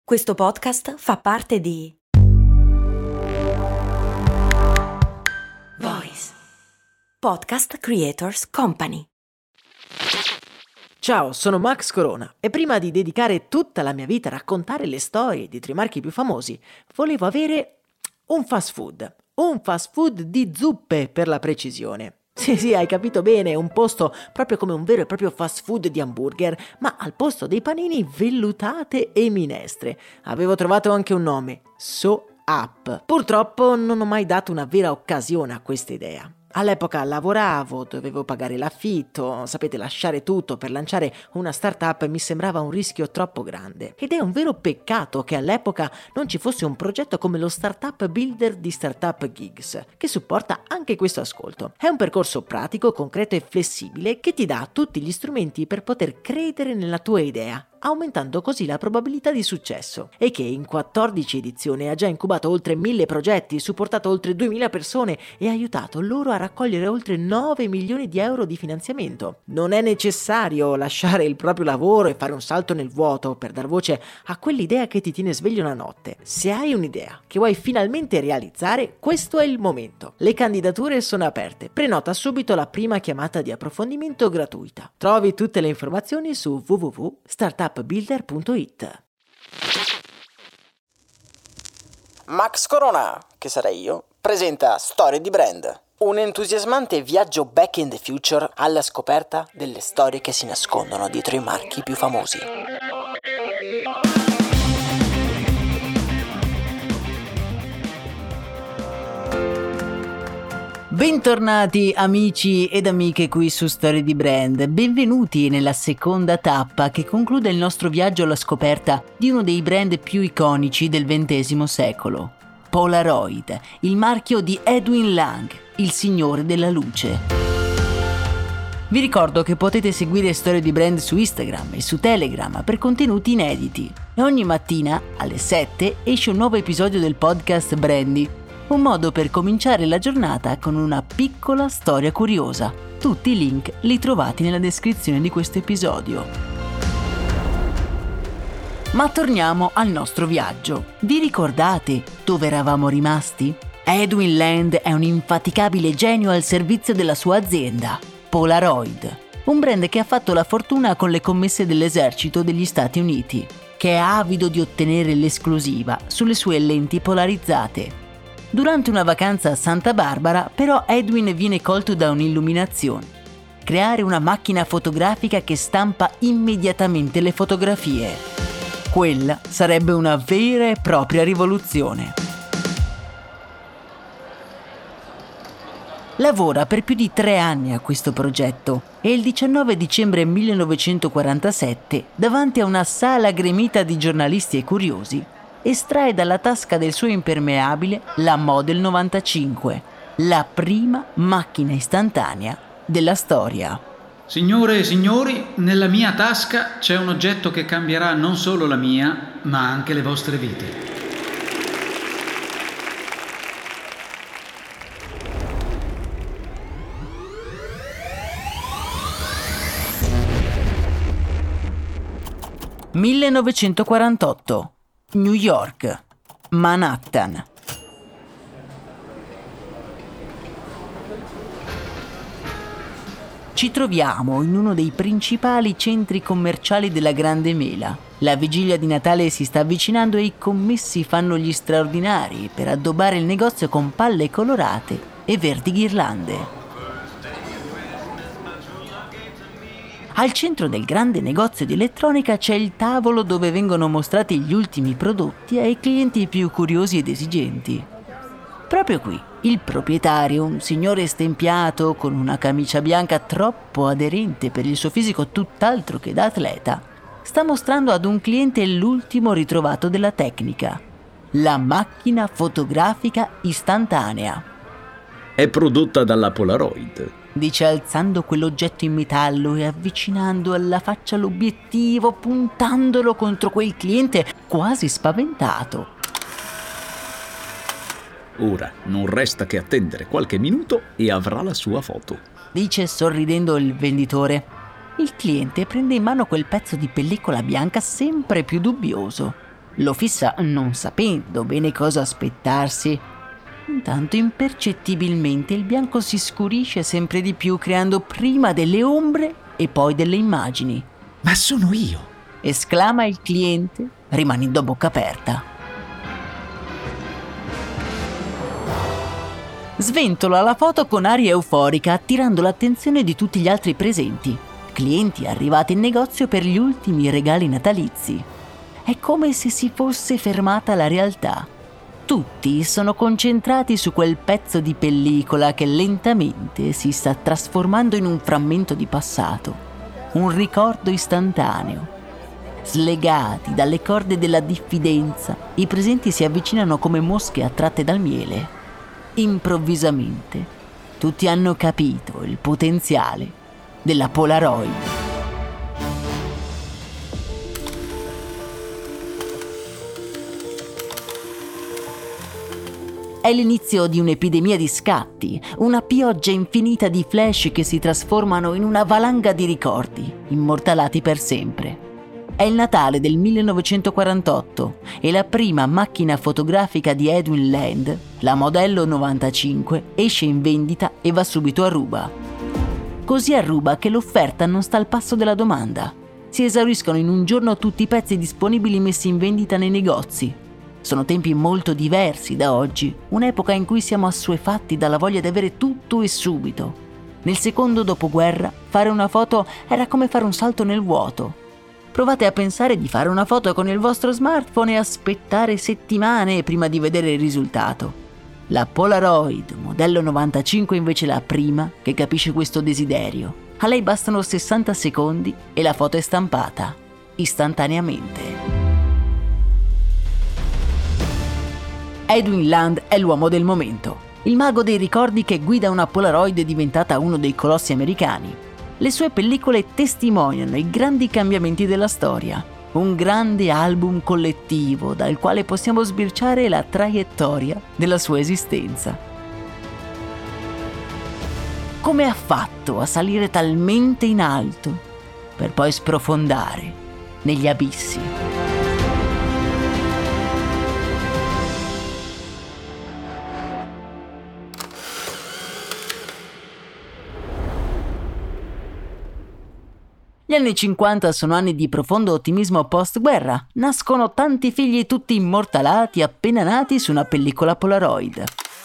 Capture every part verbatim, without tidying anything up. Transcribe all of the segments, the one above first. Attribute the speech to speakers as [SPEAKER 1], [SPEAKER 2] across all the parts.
[SPEAKER 1] Questo podcast fa parte di Voice Podcast Creators Company.
[SPEAKER 2] Ciao, sono Max Corona e prima di dedicare tutta la mia vita a raccontare le storie di tre marchi più famosi, volevo avere un fast food, un fast food di zuppe per la precisione. Sì, sì, hai capito bene, un posto proprio come un vero e proprio fast food di hamburger, ma al posto dei panini vellutate e minestre. Avevo trovato anche un nome, So Up. Purtroppo non ho mai dato una vera occasione a questa idea. All'epoca lavoravo, dovevo pagare l'affitto, sapete, lasciare tutto per lanciare una startup mi sembrava un rischio troppo grande. Ed è un vero peccato che all'epoca non ci fosse un progetto come lo Startup Builder di Startup Gigs, che supporta anche questo ascolto. È un percorso pratico, concreto e flessibile che ti dà tutti gli strumenti per poter credere nella tua idea, aumentando così la probabilità di successo, e che in quattordici edizioni ha già incubato oltre mille progetti, supportato oltre duemila persone e aiutato loro a raccogliere oltre nove milioni di euro di finanziamento. Non è necessario lasciare il proprio lavoro e fare un salto nel vuoto per dar voce a quell'idea che ti tiene sveglio la notte. Se hai un'idea che vuoi finalmente realizzare, questo è il momento. Le candidature sono aperte. Prenota subito la prima chiamata di approfondimento gratuita. Trovi tutte le informazioni su w w w punto startup builder punto it.
[SPEAKER 3] Max Corona, che sarei io, presenta Storie di Brand, un entusiasmante viaggio back in the future alla scoperta delle storie che si nascondono dietro i marchi più famosi.
[SPEAKER 4] Bentornati amici ed amiche qui su Storie di Brand, benvenuti nella seconda tappa che conclude il nostro viaggio alla scoperta di uno dei brand più iconici del ventesimo secolo, Polaroid, il marchio di Edwin Lang, il signore della luce. Vi ricordo che potete seguire Storie di Brand su Instagram e su Telegram per contenuti inediti e ogni mattina alle sette esce un nuovo episodio del podcast Brandy, un modo per cominciare la giornata con una piccola storia curiosa. Tutti i link li trovate nella descrizione di questo episodio. Ma torniamo al nostro viaggio. Vi ricordate dove eravamo rimasti? Edwin Land è un infaticabile genio al servizio della sua azienda, Polaroid, un brand che ha fatto la fortuna con le commesse dell'esercito degli Stati Uniti, che è avido di ottenere l'esclusiva sulle sue lenti polarizzate. Durante una vacanza a Santa Barbara, però, Edwin viene colto da un'illuminazione: creare una macchina fotografica che stampa immediatamente le fotografie. Quella sarebbe una vera e propria rivoluzione. Lavora per più di tre anni a questo progetto e il diciannove dicembre millenovecentoquarantasette, davanti a una sala gremita di giornalisti e curiosi, estrae dalla tasca del suo impermeabile la Model novantacinque, la prima macchina istantanea della storia.
[SPEAKER 5] Signore e signori, nella mia tasca c'è un oggetto che cambierà non solo la mia, ma anche le vostre vite.
[SPEAKER 4] millenovecentoquarantotto, New York, Manhattan. Ci troviamo in uno dei principali centri commerciali della Grande Mela. La vigilia di Natale si sta avvicinando e i commessi fanno gli straordinari per addobbare il negozio con palle colorate e verdi ghirlande. Al centro del grande negozio di elettronica c'è il tavolo dove vengono mostrati gli ultimi prodotti ai clienti più curiosi ed esigenti. Proprio qui, il proprietario, un signore stempiato con una camicia bianca troppo aderente per il suo fisico tutt'altro che da atleta, sta mostrando ad un cliente l'ultimo ritrovato della tecnica: la macchina fotografica istantanea.
[SPEAKER 6] È prodotta dalla Polaroid,
[SPEAKER 4] dice alzando quell'oggetto in metallo e avvicinando alla faccia l'obiettivo, puntandolo contro quel cliente quasi spaventato.
[SPEAKER 6] Ora non resta che attendere qualche minuto e avrà la sua foto,
[SPEAKER 4] dice sorridendo il venditore. Il cliente prende in mano quel pezzo di pellicola bianca sempre più dubbioso. Lo fissa non sapendo bene cosa aspettarsi. Intanto impercettibilmente il bianco si scurisce sempre di più, creando prima delle ombre e poi delle immagini.
[SPEAKER 6] Ma sono io!
[SPEAKER 4] Esclama il cliente, rimanendo a bocca aperta. Sventola la foto con aria euforica, attirando l'attenzione di tutti gli altri presenti. Clienti arrivati in negozio per gli ultimi regali natalizi. È come se si fosse fermata la realtà. Tutti sono concentrati su quel pezzo di pellicola che lentamente si sta trasformando in un frammento di passato, un ricordo istantaneo. Slegati dalle corde della diffidenza, i presenti si avvicinano come mosche attratte dal miele. Improvvisamente, tutti hanno capito il potenziale della Polaroid. È l'inizio di un'epidemia di scatti, una pioggia infinita di flash che si trasformano in una valanga di ricordi, immortalati per sempre. È il Natale del millenovecentoquarantotto e la prima macchina fotografica di Edwin Land, la modello novantacinque, esce in vendita e va subito a ruba. Così a ruba che l'offerta non sta al passo della domanda. Si esauriscono in un giorno tutti i pezzi disponibili messi in vendita nei negozi. Sono tempi molto diversi da oggi, un'epoca in cui siamo assuefatti dalla voglia di avere tutto e subito. Nel secondo dopoguerra, fare una foto era come fare un salto nel vuoto. Provate a pensare di fare una foto con il vostro smartphone e aspettare settimane prima di vedere il risultato. La Polaroid modello novantacinque invece è la prima che capisce questo desiderio. A lei bastano sessanta secondi e la foto è stampata, istantaneamente. Edwin Land è l'uomo del momento, il mago dei ricordi che guida una Polaroid diventata uno dei colossi americani. Le sue pellicole testimoniano i grandi cambiamenti della storia, un grande album collettivo dal quale possiamo sbirciare la traiettoria della sua esistenza. Come ha fatto a salire talmente in alto per poi sprofondare negli abissi? Gli anni cinquanta sono anni di profondo ottimismo post-guerra. Nascono tanti figli tutti immortalati appena nati su una pellicola Polaroid.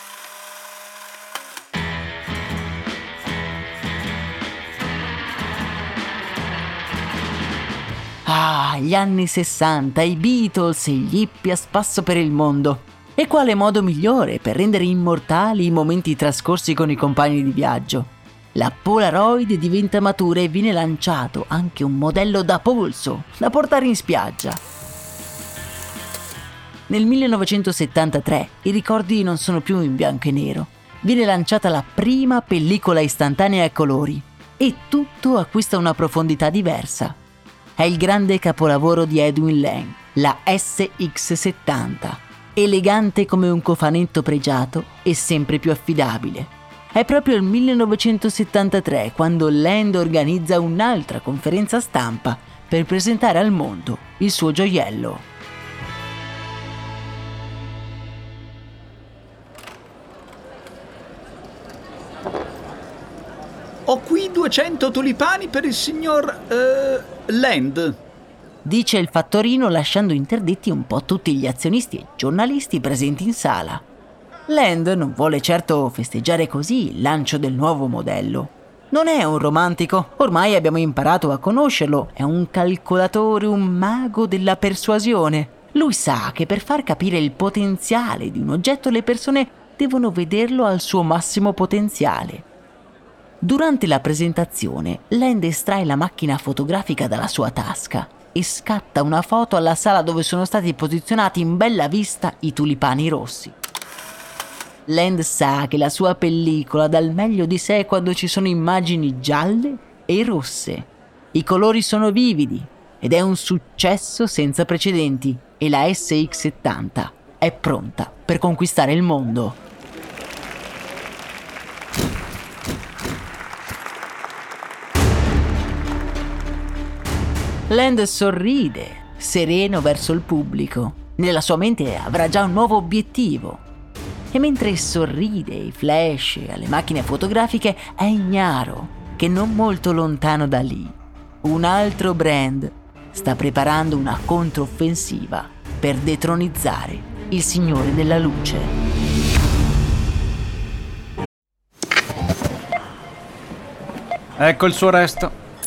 [SPEAKER 4] Ah, gli anni sessanta, i Beatles e gli hippie a spasso per il mondo. E quale modo migliore per rendere immortali i momenti trascorsi con i compagni di viaggio? La Polaroid diventa matura e viene lanciato anche un modello da polso da portare in spiaggia. Nel millenovecentosettantatré i ricordi non sono più in bianco e nero. Viene lanciata la prima pellicola istantanea a colori e tutto acquista una profondità diversa. È il grande capolavoro di Edwin Land, la S X settanta, elegante come un cofanetto pregiato e sempre più affidabile. È proprio il millenovecentosettantatré quando Land organizza un'altra conferenza stampa per presentare al mondo il suo gioiello.
[SPEAKER 5] Ho qui duecento tulipani per il signor eh, Land,
[SPEAKER 4] dice il fattorino lasciando interdetti un po' tutti gli azionisti e giornalisti presenti in sala. Land non vuole certo festeggiare così il lancio del nuovo modello. Non è un romantico, ormai abbiamo imparato a conoscerlo, è un calcolatore, un mago della persuasione. Lui sa che per far capire il potenziale di un oggetto le persone devono vederlo al suo massimo potenziale. Durante la presentazione, Land estrae la macchina fotografica dalla sua tasca e scatta una foto alla sala dove sono stati posizionati in bella vista i tulipani rossi. Land sa che la sua pellicola dà il meglio di sé quando ci sono immagini gialle e rosse. I colori sono vividi ed è un successo senza precedenti e la S X settanta è pronta per conquistare il mondo. Land sorride, sereno verso il pubblico. Nella sua mente avrà già un nuovo obiettivo. E mentre sorride ai flash e alle macchine fotografiche, è ignaro che non molto lontano da lì un altro brand sta preparando una controffensiva per detronizzare il Signore della Luce.
[SPEAKER 5] Ecco il suo resto.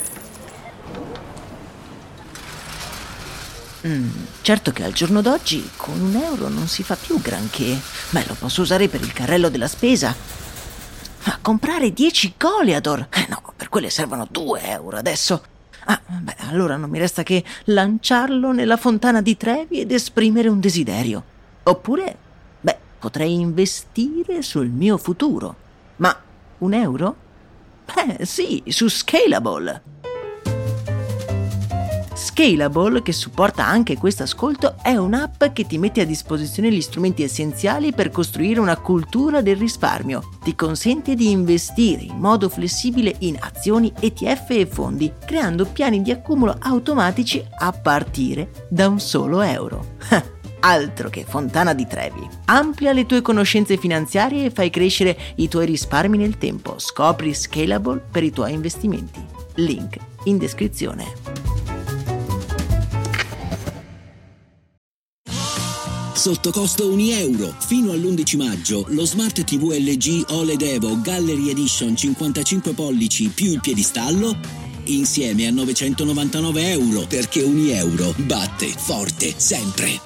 [SPEAKER 2] Mm, certo che al giorno d'oggi con un euro non si fa più granché. Beh, lo posso usare per il carrello della spesa. Ma comprare dieci Goliador? Eh no, per quelle servono due euro adesso. Ah, beh, allora non mi resta che lanciarlo nella fontana di Trevi ed esprimere un desiderio. Oppure, beh, potrei investire sul mio futuro. Ma un euro? Beh, sì, su Scalable. Scalable, che supporta anche questo ascolto, è un'app che ti mette a disposizione gli strumenti essenziali per costruire una cultura del risparmio. Ti consente di investire in modo flessibile in azioni, E T F e fondi, creando piani di accumulo automatici a partire da un solo euro. Altro che fontana di Trevi. Amplia le tue conoscenze finanziarie e fai crescere i tuoi risparmi nel tempo. Scopri Scalable per i tuoi investimenti. Link in descrizione.
[SPEAKER 7] Sotto costo un euro. Fino all'undici maggio lo Smart T V L G O L E D Evo Gallery Edition cinquantacinque pollici più il piedistallo insieme a novecentonovantanove euro, perché un euro batte forte sempre.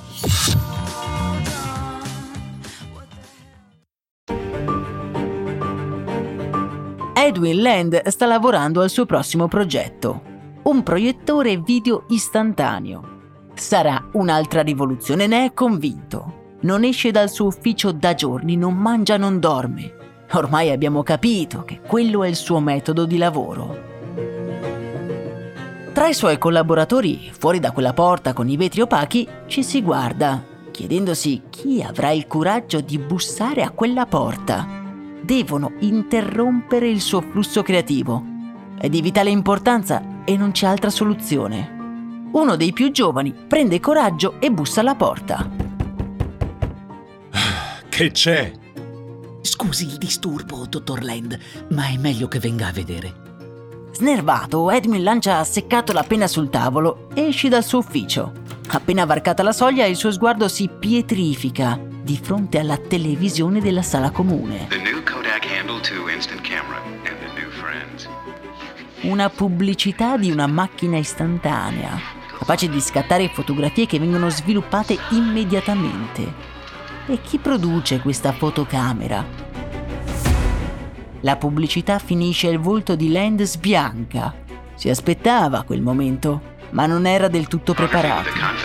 [SPEAKER 4] Edwin Land sta lavorando al suo prossimo progetto, un proiettore video istantaneo. Sarà un'altra rivoluzione, ne è convinto. Non esce dal suo ufficio da giorni, non mangia, non dorme. Ormai abbiamo capito che quello è il suo metodo di lavoro. Tra i suoi collaboratori, fuori da quella porta con i vetri opachi, ci si guarda, chiedendosi chi avrà il coraggio di bussare a quella porta. Devono interrompere il suo flusso creativo. È di vitale importanza e non c'è altra soluzione. Uno dei più giovani prende coraggio e bussa alla porta.
[SPEAKER 6] Che c'è?
[SPEAKER 8] Scusi il disturbo, dottor Land, ma è meglio che venga a vedere.
[SPEAKER 4] Snervato, Edwin lancia seccato la penna sul tavolo e esce dal suo ufficio. Appena varcata la soglia, il suo sguardo si pietrifica di fronte alla televisione della sala comune.
[SPEAKER 9] The new Kodak Handle due Instant Camera and the new friends.
[SPEAKER 4] Una pubblicità di una macchina istantanea, capace di scattare fotografie che vengono sviluppate immediatamente. E chi produce questa fotocamera? La pubblicità finisce e il volto di Land sbianca. Si aspettava quel momento, ma non era del tutto preparato.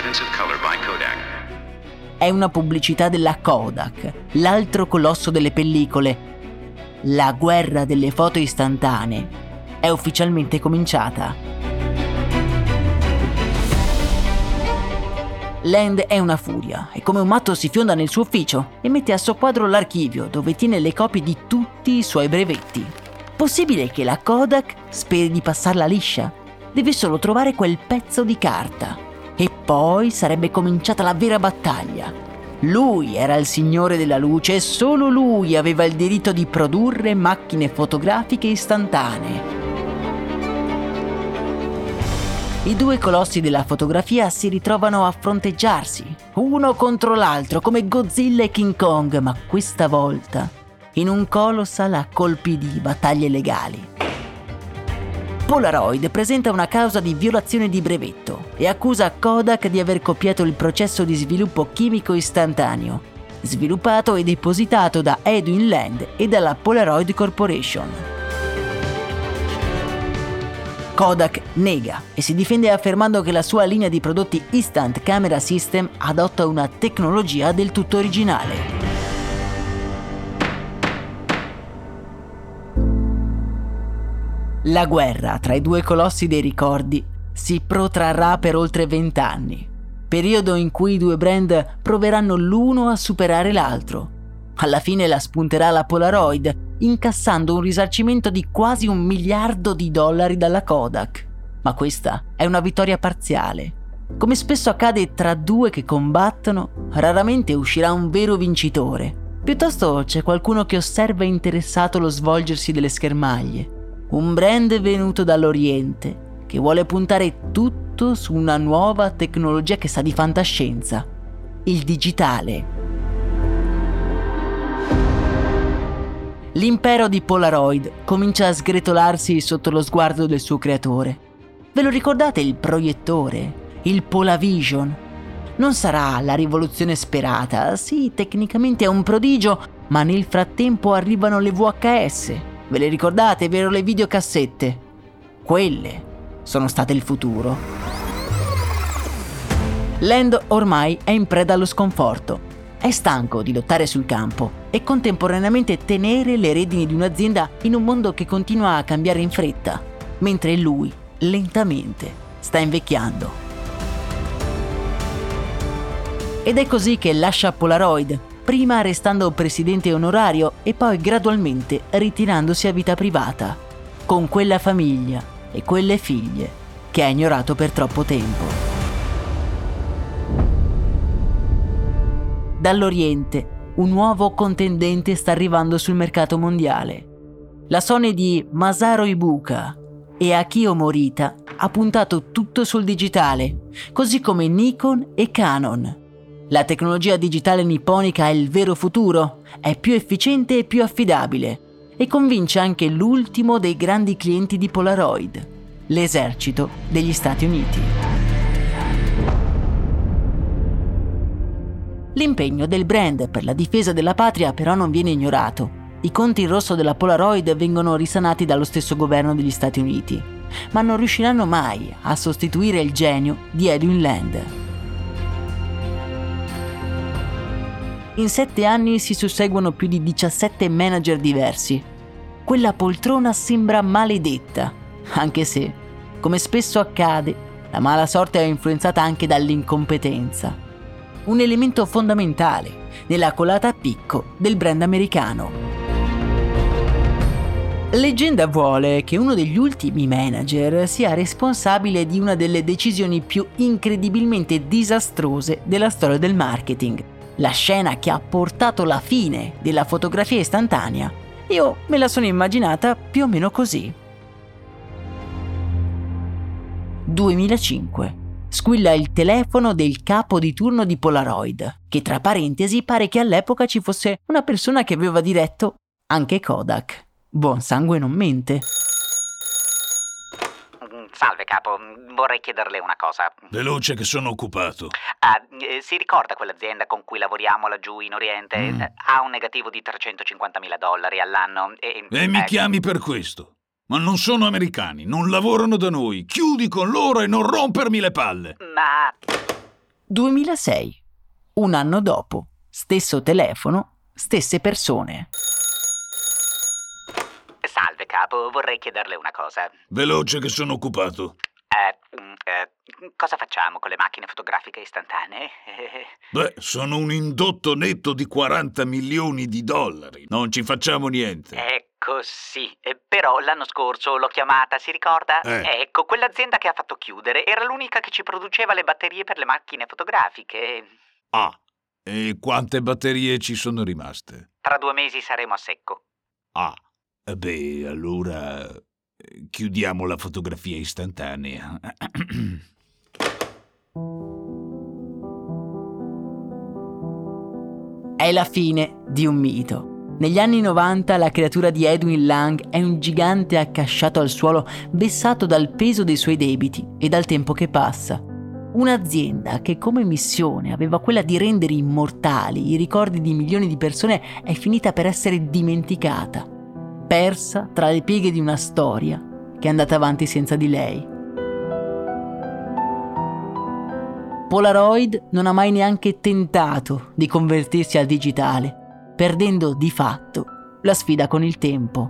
[SPEAKER 4] È una pubblicità della Kodak, l'altro colosso delle pellicole. La guerra delle foto istantanee è ufficialmente cominciata. Land è una furia e come un matto si fionda nel suo ufficio e mette a soqquadro l'archivio dove tiene le copie di tutti i suoi brevetti. Possibile che la Kodak speri di passarla liscia? Deve solo trovare quel pezzo di carta. E poi sarebbe cominciata la vera battaglia. Lui era il Signore della Luce e solo lui aveva il diritto di produrre macchine fotografiche istantanee. I due colossi della fotografia si ritrovano a fronteggiarsi, uno contro l'altro, come Godzilla e King Kong, ma questa volta in un colossal a colpi di battaglie legali. Polaroid presenta una causa di violazione di brevetto e accusa Kodak di aver copiato il processo di sviluppo chimico istantaneo, sviluppato e depositato da Edwin Land e dalla Polaroid Corporation. Kodak nega e si difende affermando che la sua linea di prodotti Instant Camera System adotta una tecnologia del tutto originale. La guerra tra i due colossi dei ricordi si protrarrà per oltre vent'anni, periodo in cui i due brand proveranno l'uno a superare l'altro. Alla fine la spunterà la Polaroid, incassando un risarcimento di quasi un miliardo di dollari dalla Kodak. Ma questa è una vittoria parziale. Come spesso accade tra due che combattono, raramente uscirà un vero vincitore. Piuttosto c'è qualcuno che osserva interessato lo svolgersi delle schermaglie. Un brand venuto dall'Oriente che vuole puntare tutto su una nuova tecnologia che sa di fantascienza: il digitale. L'impero di Polaroid comincia a sgretolarsi sotto lo sguardo del suo creatore. Ve lo ricordate il proiettore? Il Polavision? Non sarà la rivoluzione sperata, sì, tecnicamente è un prodigio, ma nel frattempo arrivano le V H S. Ve le ricordate, vero, le videocassette? Quelle sono state il futuro. Land ormai è in preda allo sconforto. È stanco di lottare sul campo e contemporaneamente tenere le redini di un'azienda in un mondo che continua a cambiare in fretta, mentre lui, lentamente, sta invecchiando. Ed è così che lascia Polaroid, prima restando presidente onorario e poi gradualmente ritirandosi a vita privata, con quella famiglia e quelle figlie che ha ignorato per troppo tempo. Dall'Oriente, un nuovo contendente sta arrivando sul mercato mondiale. La Sony di Masaru Ibuka e Akio Morita ha puntato tutto sul digitale, così come Nikon e Canon. La tecnologia digitale nipponica è il vero futuro, è più efficiente e più affidabile e convince anche l'ultimo dei grandi clienti di Polaroid, l'esercito degli Stati Uniti. L'impegno del brand per la difesa della patria però non viene ignorato. I conti in rosso della Polaroid vengono risanati dallo stesso governo degli Stati Uniti, ma non riusciranno mai a sostituire il genio di Edwin Land. In sette anni si susseguono più di diciassette manager diversi. Quella poltrona sembra maledetta, anche se, come spesso accade, la mala sorte è influenzata anche dall'incompetenza. Un elemento fondamentale nella colata a picco del brand americano. Leggenda vuole che uno degli ultimi manager sia responsabile di una delle decisioni più incredibilmente disastrose della storia del marketing. La scena che ha portato la fine della fotografia istantanea, io me la sono immaginata più o meno così. duemilacinque. Squilla il telefono del capo di turno di Polaroid, che tra parentesi pare che all'epoca ci fosse una persona che aveva diretto anche Kodak. Buon sangue non mente.
[SPEAKER 10] Salve capo, vorrei chiederle una cosa.
[SPEAKER 11] Veloce che sono occupato.
[SPEAKER 10] Ah, eh, si ricorda quell'azienda con cui lavoriamo laggiù in Oriente? Mm. Eh, ha un negativo di trecentocinquantamila dollari all'anno e...
[SPEAKER 11] E mi
[SPEAKER 10] eh,
[SPEAKER 11] chiami per questo? Ma non sono americani, non lavorano da noi. Chiudi con loro e non rompermi le palle.
[SPEAKER 10] Ma...
[SPEAKER 4] duemilasei. Un anno dopo. Stesso telefono, stesse persone.
[SPEAKER 10] Salve capo, vorrei chiederle una cosa.
[SPEAKER 11] Veloce che sono occupato.
[SPEAKER 10] Eh, eh, cosa facciamo con le macchine fotografiche istantanee?
[SPEAKER 11] Beh, sono un indotto netto di quaranta milioni di dollari. Non ci facciamo niente.
[SPEAKER 10] Ecco sì, eh, però l'anno scorso l'ho chiamata, si ricorda?
[SPEAKER 11] Eh.
[SPEAKER 10] Ecco, quell'azienda che ha fatto chiudere era l'unica che ci produceva le batterie per le macchine fotografiche.
[SPEAKER 11] Ah, e quante batterie ci sono rimaste?
[SPEAKER 10] Tra due mesi saremo a secco.
[SPEAKER 11] Ah. Beh, allora chiudiamo la fotografia istantanea.
[SPEAKER 4] È la fine di un mito. Negli anni novanta la creatura di Edwin Lang è un gigante accasciato al suolo, vessato dal peso dei suoi debiti e dal tempo che passa. Un'azienda che come missione aveva quella di rendere immortali i ricordi di milioni di persone è finita per essere dimenticata, persa tra le pieghe di una storia che è andata avanti senza di lei. Polaroid non ha mai neanche tentato di convertirsi al digitale, perdendo di fatto la sfida con il tempo.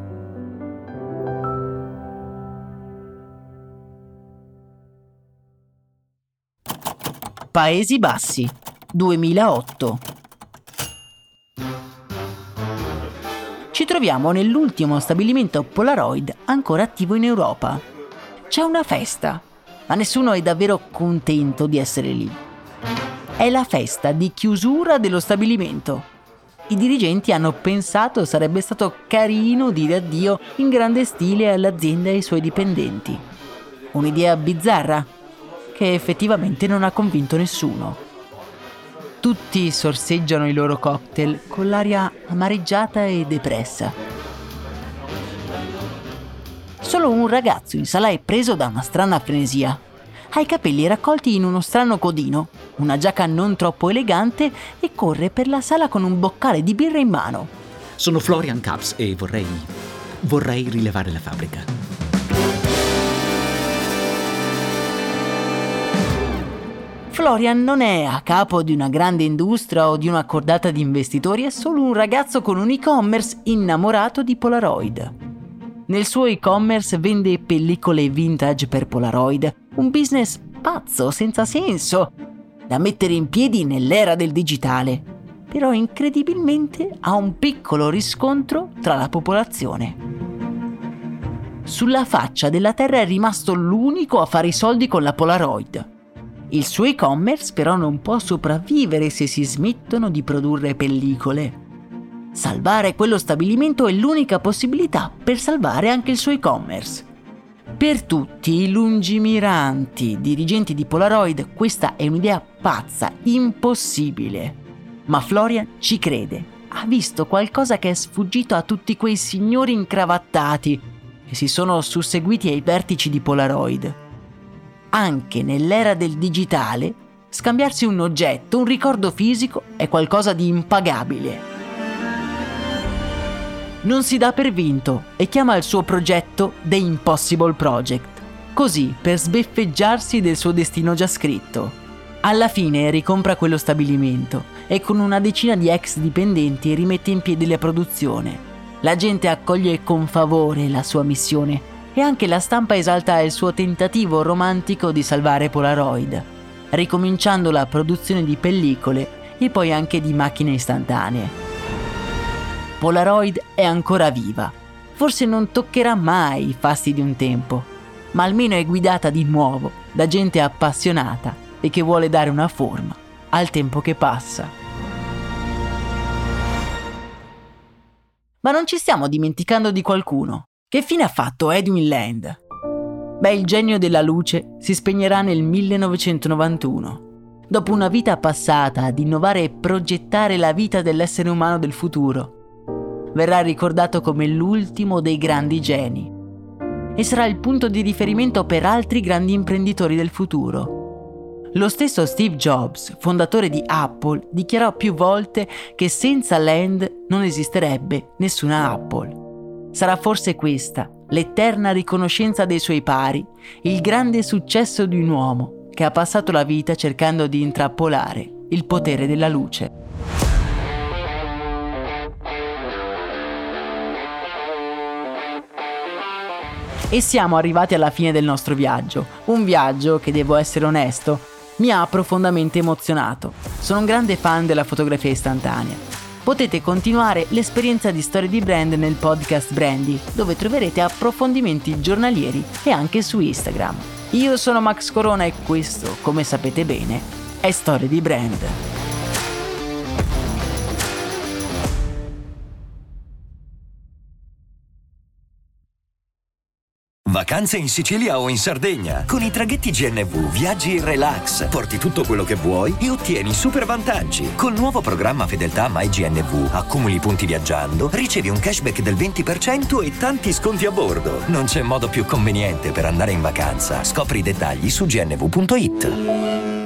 [SPEAKER 4] Paesi Bassi, duemilaotto. Ci troviamo nell'ultimo stabilimento Polaroid ancora attivo in Europa. C'è una festa. ma nessuno è davvero contento di essere lì. È la festa di chiusura dello stabilimento. I dirigenti hanno pensato sarebbe stato carino dire addio in grande stile all'azienda e ai suoi dipendenti. Un'idea bizzarra che effettivamente non ha convinto nessuno. Tutti sorseggiano i loro cocktail con l'aria amareggiata e depressa. Solo un ragazzo in sala è preso da una strana frenesia. Ha i capelli raccolti in uno strano codino, una giacca non troppo elegante e corre per la sala con un boccale di birra in mano.
[SPEAKER 6] Sono Florian Kaps e vorrei... vorrei rilevare la fabbrica.
[SPEAKER 4] Florian non è a capo di una grande industria o di una cordata di investitori, è solo un ragazzo con un e-commerce innamorato di Polaroid. Nel suo e-commerce vende pellicole vintage per Polaroid, un business pazzo, senza senso, da mettere in piedi nell'era del digitale. Però incredibilmente ha un piccolo riscontro tra la popolazione. Sulla faccia della terra è rimasto l'unico a fare i soldi con la Polaroid. Il suo e-commerce però non può sopravvivere se si smettono di produrre pellicole. Salvare quello stabilimento è l'unica possibilità per salvare anche il suo e-commerce. Per tutti i lungimiranti dirigenti di Polaroid questa è un'idea pazza, impossibile. Ma Florian ci crede. Ha visto qualcosa che è sfuggito a tutti quei signori incravattati che si sono susseguiti ai vertici di Polaroid. Anche nell'era del digitale, scambiarsi un oggetto, un ricordo fisico, è qualcosa di impagabile. Non si dà per vinto e chiama il suo progetto The Impossible Project, così per sbeffeggiarsi del suo destino già scritto. Alla fine ricompra quello stabilimento e con una decina di ex dipendenti rimette in piedi la produzione. La gente accoglie con favore la sua missione e anche la stampa esalta il suo tentativo romantico di salvare Polaroid, ricominciando la produzione di pellicole e poi anche di macchine istantanee. Polaroid è ancora viva. Forse non toccherà mai i fasti di un tempo, ma almeno è guidata di nuovo da gente appassionata e che vuole dare una forma al tempo che passa. Ma non ci stiamo dimenticando di qualcuno. Che fine ha fatto Edwin Land? Beh, il genio della luce si spegnerà nel millenovecentonovantuno. Dopo una vita passata ad innovare e progettare la vita dell'essere umano del futuro, verrà ricordato come l'ultimo dei grandi geni e sarà il punto di riferimento per altri grandi imprenditori del futuro. Lo stesso Steve Jobs, fondatore di Apple, dichiarò più volte che senza Land non esisterebbe nessuna Apple. Sarà forse questa l'eterna riconoscenza dei suoi pari, il grande successo di un uomo che ha passato la vita cercando di intrappolare il potere della luce. E siamo arrivati alla fine del nostro viaggio, un viaggio che, devo essere onesto, mi ha profondamente emozionato. Sono un grande fan della fotografia istantanea. Potete continuare l'esperienza di Storie di Brand nel podcast Brandy, dove troverete approfondimenti giornalieri e anche su Instagram. Io sono Max Corona e questo, come sapete bene, è Storie di Brand.
[SPEAKER 12] Vacanze in Sicilia o in Sardegna. Con i traghetti G N V viaggi in relax, porti tutto quello che vuoi e ottieni super vantaggi. Col nuovo programma Fedeltà MyGNV accumuli punti viaggiando, ricevi un cashback del venti per cento e tanti sconti a bordo. Non c'è modo più conveniente per andare in vacanza. Scopri i dettagli su gnv punto it.